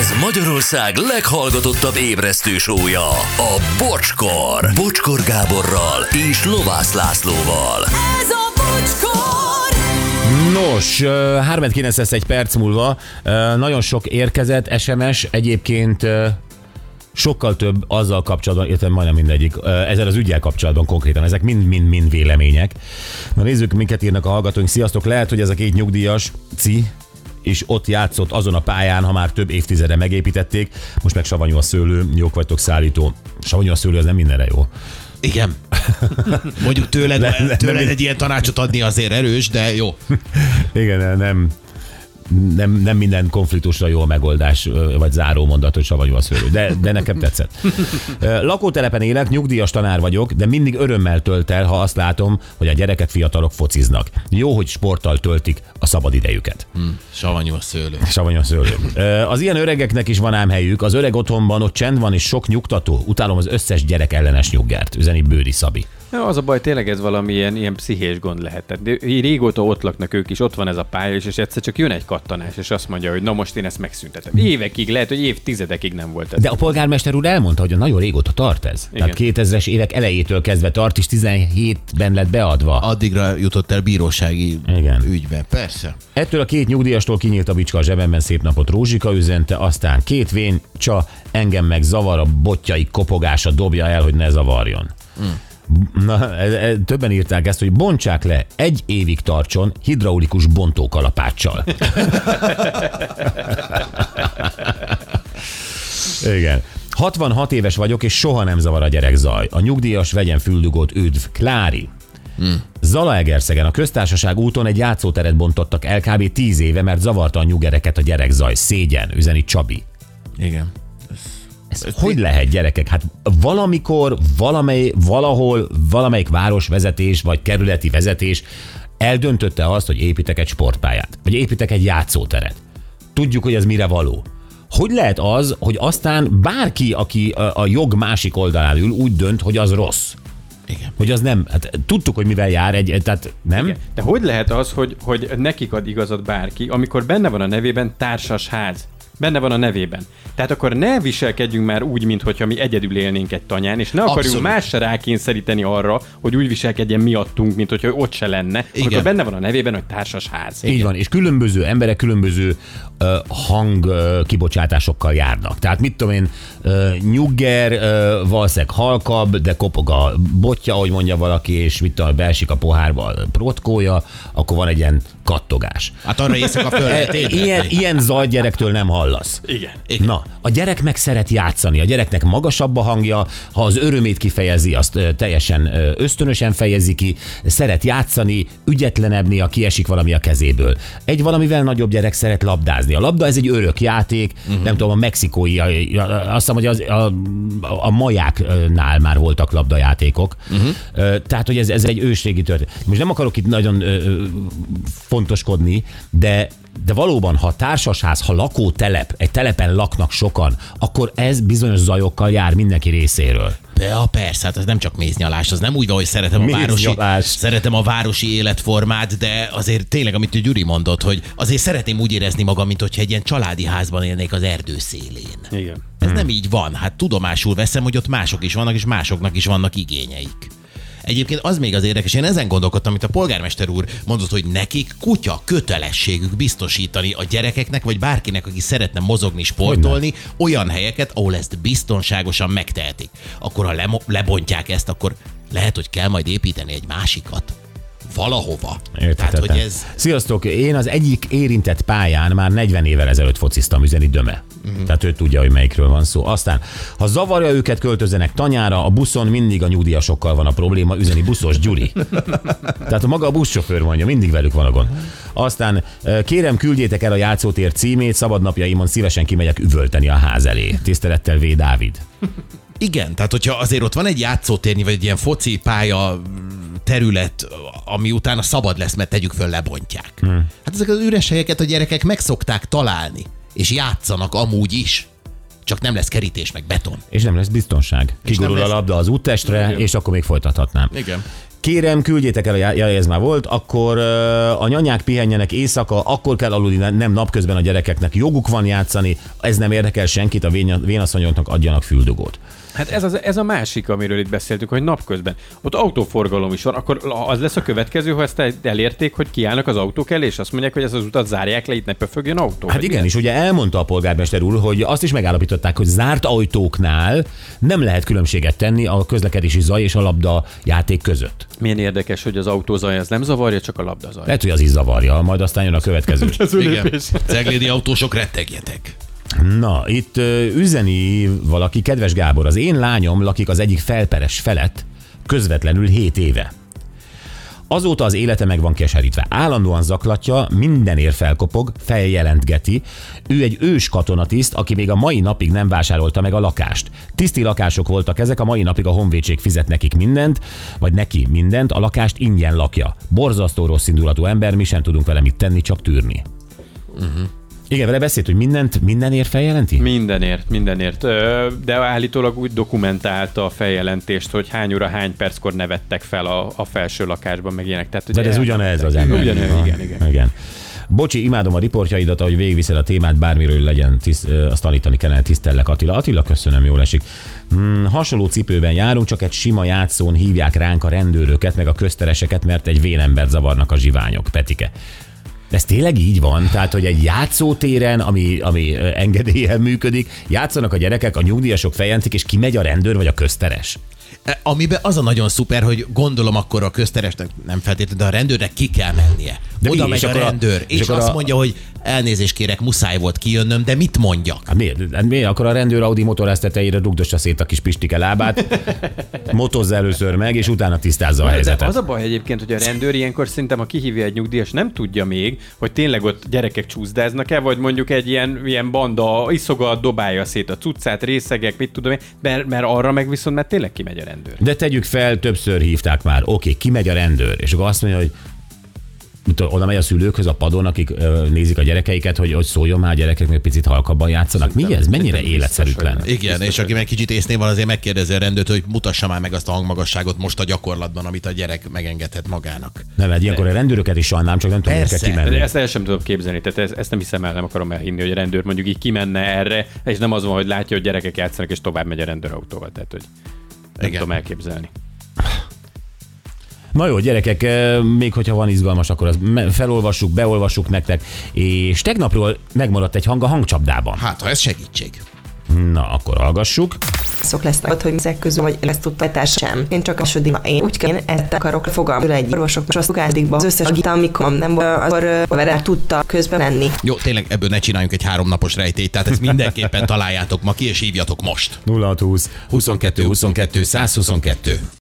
Ez Magyarország leghallgatottabb ébresztő show-ja, a Bocskor. Bocskor Gáborral és Lovász Lászlóval. Ez a Bocskor! Nos, 3-9 lesz egy perc múlva. Nagyon sok érkezett SMS, egyébként sokkal több azzal kapcsolatban, illetve majdnem mindegyik, ezzel az üggyel kapcsolatban konkrétan, ezek mind vélemények. Na nézzük, minket írnak a hallgatóink. Sziasztok, lehet, hogy ez a két nyugdíjas és ott játszott azon a pályán, ha már több évtizede megépítették, most meg savanyú a szőlő, jók vagytok szállító. Savanyú a szőlő, az nem mindenre jó. Igen. Mondjuk tőled egy ilyen tanácsot adni azért erős, de jó. Igen, nem minden konfliktusra jó a megoldás, vagy záró mondat, hogy savanyú a szőlő, de nekem tetszett. Lakótelepen élek, nyugdíjas tanár vagyok, de mindig örömmel tölt el, ha azt látom, hogy a gyerekek, fiatalok fociznak. Jó, hogy sporttal töltik a szabadidejüket. Savanyú a szőlő. Savanyú a szőlő. Az ilyen öregeknek is van ám helyük. Az öreg otthonban ott csend van és sok nyugtató. Utálom az összes gyerek ellenes nyuggert. Üzeni Bőri Szabi. Ja, az a baj, tényleg ez valami ilyen pszichés gond lehet. Tehát régóta ott laknak ők is, ott van ez a pálya, és egyszer csak jön egy kattanás, és azt mondja, hogy na most én ezt megszüntetem. Évekig, lehet, hogy évtizedekig nem volt ez. De a polgármester úr elmondta, hogy nagyon régóta tart ez. Igen. Tehát 2000-es évek elejétől kezdve tart, és 17-ben lett beadva. Addigra jutott el bírósági ügybe. Persze. Ettől a két nyugdíjastól kinyílt a bicska a zsebemben, szép napot Rózsika üzente, aztán két véncsa, engem meg zavar a bottyai kopogása, dobja el, hogy ne zavarjon. Na, többen írták ezt, hogy bontsák le, 1 évig tartson hidraulikus bontókalapáccsal. Igen. 66 éves vagyok, és soha nem zavar a gyerekzaj. A nyugdíjas vegyen füldugót, üdv. Klári. Zalaegerszegen a Köztársaság úton egy játszóteret bontottak el kb. 10 éve, mert zavarta a nyugereket a gyerekzaj. Szégyen, üzeni Csabi. Igen. Ez hogy lehet, gyerekek? Hát valamikor, valahol, valamelyik városvezetés vagy kerületi vezetés eldöntötte azt, hogy építek egy sportpályát, vagy építek egy játszóteret. Tudjuk, hogy ez mire való. Hogy lehet az, hogy aztán bárki, aki a jog másik oldalán ül, úgy dönt, hogy az rossz? Igen. Hogy az nem, hát tudtuk, hogy mivel jár tehát nem? Igen. De hogy lehet az, hogy nekik ad igazat bárki, amikor benne van a nevében társasház? Benne van a nevében. Tehát akkor ne viselkedjünk már úgy, mintha mi egyedül élnénk egy tanyán, és ne akarjunk más se rákényszeríteni arra, hogy úgy viselkedjen miattunk, mint hogyha ott se lenne. Amikor benne van a nevében, hogy társasház. Így van, és különböző emberek különböző hang kibocsátásokkal járnak. Tehát mit tudom én, nyugger, valószínűleg halkabb, de kopog a botja, ahogy mondja valaki, és mit tudom, beesik a pohárba protkója, akkor van egy ilyen kattogás. Hát arra éjszaka föl ilyen zajgyerektől nem hallasz. Igen. Na, a gyerek meg szeret játszani. A gyereknek magasabb a hangja, ha az örömét kifejezi, azt teljesen ösztönösen fejezi ki, szeret játszani, ügyetlenebbni, ha kiesik valami a kezéből. Egy valamivel nagyobb gyerek szeret labdázni. A labda ez egy örök játék, nem tudom, a mexikói, azt hiszem, hogy a majáknál már voltak labdajátékok. Tehát, hogy ez egy ősrégi történet. Most nem akarok itt nagyon fontoskodni, de valóban, ha társasház, ha lakótelep, egy telepen laknak sokan, akkor ez bizonyos zajokkal jár mindenki részéről. Ja, persze, hát ez nem csak méznyalás, az nem úgy van, hogy szeretem a városi életformát, de azért tényleg, amit Gyuri mondott, hogy azért szeretném úgy érezni magam, mint hogyha egy ilyen családi házban élnék az erdő szélén. Igen. Ez nem így van, hát tudomásul veszem, hogy ott mások is vannak, és másoknak is vannak igényeik. Egyébként az még az érdekes, én ezen gondolkodtam, amit a polgármester úr mondott, hogy nekik kutya kötelességük biztosítani a gyerekeknek, vagy bárkinek, aki szeretne mozogni, sportolni, olyan helyeket, ahol ezt biztonságosan megtehetik. Akkor ha lebontják ezt, akkor lehet, hogy kell majd építeni egy másikat. Valahova. Tehát, hogy ez... Sziasztok, én az egyik érintett pályán már 40 évvel ezelőtt fociztam, üzeni Döme. Tehát ő tudja, hogy melyikről van szó. Aztán, ha zavarja őket, költözzenek tanyára, a buszon mindig a nyugdíjasokkal van a probléma, üzeni Buszos Gyuri. Tehát maga a buszsofőr mondja, mindig velük van a gond. Aztán kérem, küldjétek el a játszótér címét, szabadnapjaimon szívesen kimegyek üvölteni a ház elé. Tisztelettel V. Dávid. Igen, tehát hogyha azért ott van egy játszótérnyi, vagy egy ilyen foci pálya terület, ami utána szabad lesz, mert tegyük föl, lebontják. Hát ezek az üres helyeket a gyerekek meg szokták találni, és játszanak amúgy is. Csak nem lesz kerítés, meg beton. És nem lesz biztonság. Kigurul a labda az úttestre, és akkor még folytathatnám. Igen. Kérem, küldjétek el, ez már volt, akkor a nyanyák pihenjenek éjszaka, akkor kell aludni, nem napközben a gyerekeknek. Joguk van játszani, ez nem érdekel senkit, a vénasszonyoknak adjanak füldugót. Hát ez a másik, amiről itt beszéltünk, hogy napközben. Ott autóforgalom is van, akkor az lesz a következő, ha ezt elérték, hogy kiállnak az autók elé, és azt mondják, hogy ezt az utat zárják le, itt ne pöfögjön autó. Hát igen, és ugye elmondta a polgármester úr, hogy azt is megállapították, hogy zárt ajtóknál nem lehet különbséget tenni a közlekedési zaj és a labda játék között. Milyen érdekes, hogy az autózaj az nem zavarja, csak a labda zaj. Lehet, hogy az is zavarja, majd aztán jön a következő. Igen. Ceglédi autósok, rettegjetek. Na, itt üzeni valaki, kedves Gábor, az én lányom lakik az egyik felperes felett közvetlenül 7 éve. Azóta az élete meg van keserítve. Állandóan zaklatja, mindenért felkopog, feljelentgeti. Ő egy ős katonatiszt, aki még a mai napig nem vásárolta meg a lakást. Tiszti lakások voltak ezek, a mai napig a honvédség fizet nekik mindent, vagy neki mindent, a lakást ingyen lakja. Borzasztó rossz indulatú ember, mi sem tudunk vele mit tenni, csak tűrni. Igen, vele beszélt, hogy mindenért feljelenti? Mindenért. De állítólag úgy dokumentálta a feljelentést, hogy hány óra, hány perckor nevettek fel a felső lakásban, meg ilyenek. Tehát, de ez ugyanez az ember. Igen. Bocsi, imádom a riportjaidat, ahogy végigviszed a témát, bármiről legyen, azt tanítani kellene, tisztellek Attila. Attila, köszönöm, jól esik. Hasonló cipőben járunk, csak egy sima játszón hívják ránk a rendőröket, meg a köztereseket, mert egy vénembert zavarnak a zsiványok. Petike. De ez tényleg így van? Tehát, hogy egy játszótéren, ami engedéllyel működik, játszanak a gyerekek, a nyugdíjasok feljelentik, és kimegy a rendőr vagy a közteres? Amiben az a nagyon szuper, hogy gondolom akkor a közteresnek nem feltétlenül, de a rendőrnek ki kell mennie. De oda megy a rendőr, és azt mondja, hogy elnézést kérek, muszáj volt kijönnöm, de mit mondjak? Hát miért? Akkor a rendőr Audi motorász tetejére rugdossa szét a kis Pistike lábát, motozza először meg, és utána tisztázza a helyzetet. Az a baj egyébként, hogy a rendőr ilyenkor szerintem, ha kihívja egy nyugdíjas, nem tudja még, hogy tényleg ott gyerekek csúszdáznak-e, vagy mondjuk egy ilyen banda iszogat, dobálja szét a cuccát, részegek, mit tudom én, mert arra meg viszont már tényleg kimegy a rendőr. De tegyük fel, többször hívták már. Oké, kimegy a rendőr, és akkor azt mondja, hogy oda megy a szülőkhöz a padon, akik nézik a gyerekeiket, hogy szóljon már a gyerekek, még picit halkabban játszanak. Mi ez? Mennyire életszerűtlen? Igen, és aki meg kicsit észnél van, azért megkérdezi a rendőrt, hogy mutassa már meg azt a hangmagasságot most a gyakorlatban, amit a gyerek megengedhet magának. Nem, egy ilyenkor a rendőröket is sajnálom, csak nem tudom őket kimenni. Ezt el sem tudom képzelni, tehát ezt nem hiszem el, nem akarom elhinni, hogy a rendőr mondjuk így kimenne erre, és nem az van, hogy látja, hogy gyerekek játszanak, és tovább megy a rendőrautóval, tehát hogy nem tudom elképzelni. Na jó, gyerekek, még hogyha van izgalmas, akkor azt felolvassuk, beolvassuk nektek, és tegnapról megmaradt egy hang a hangcsapdában. Hát, ha ez segítség. Na, akkor hallgassuk. Szok lesznek ott, hogy ezek közül, vagy ezt tudtatás sem. Én csak a sodima. Én úgy kell, ezt akarok fogalmazni egy orvosok, és azt ugádikba az összes agita, amikor nem volt, akkor verel tudta közben menni. Jó, tényleg ebből ne csináljunk egy 3 napos rejtélyt, tehát ezt mindenképpen találjátok ma ki, és hívjatok most. 0620 22 22 122.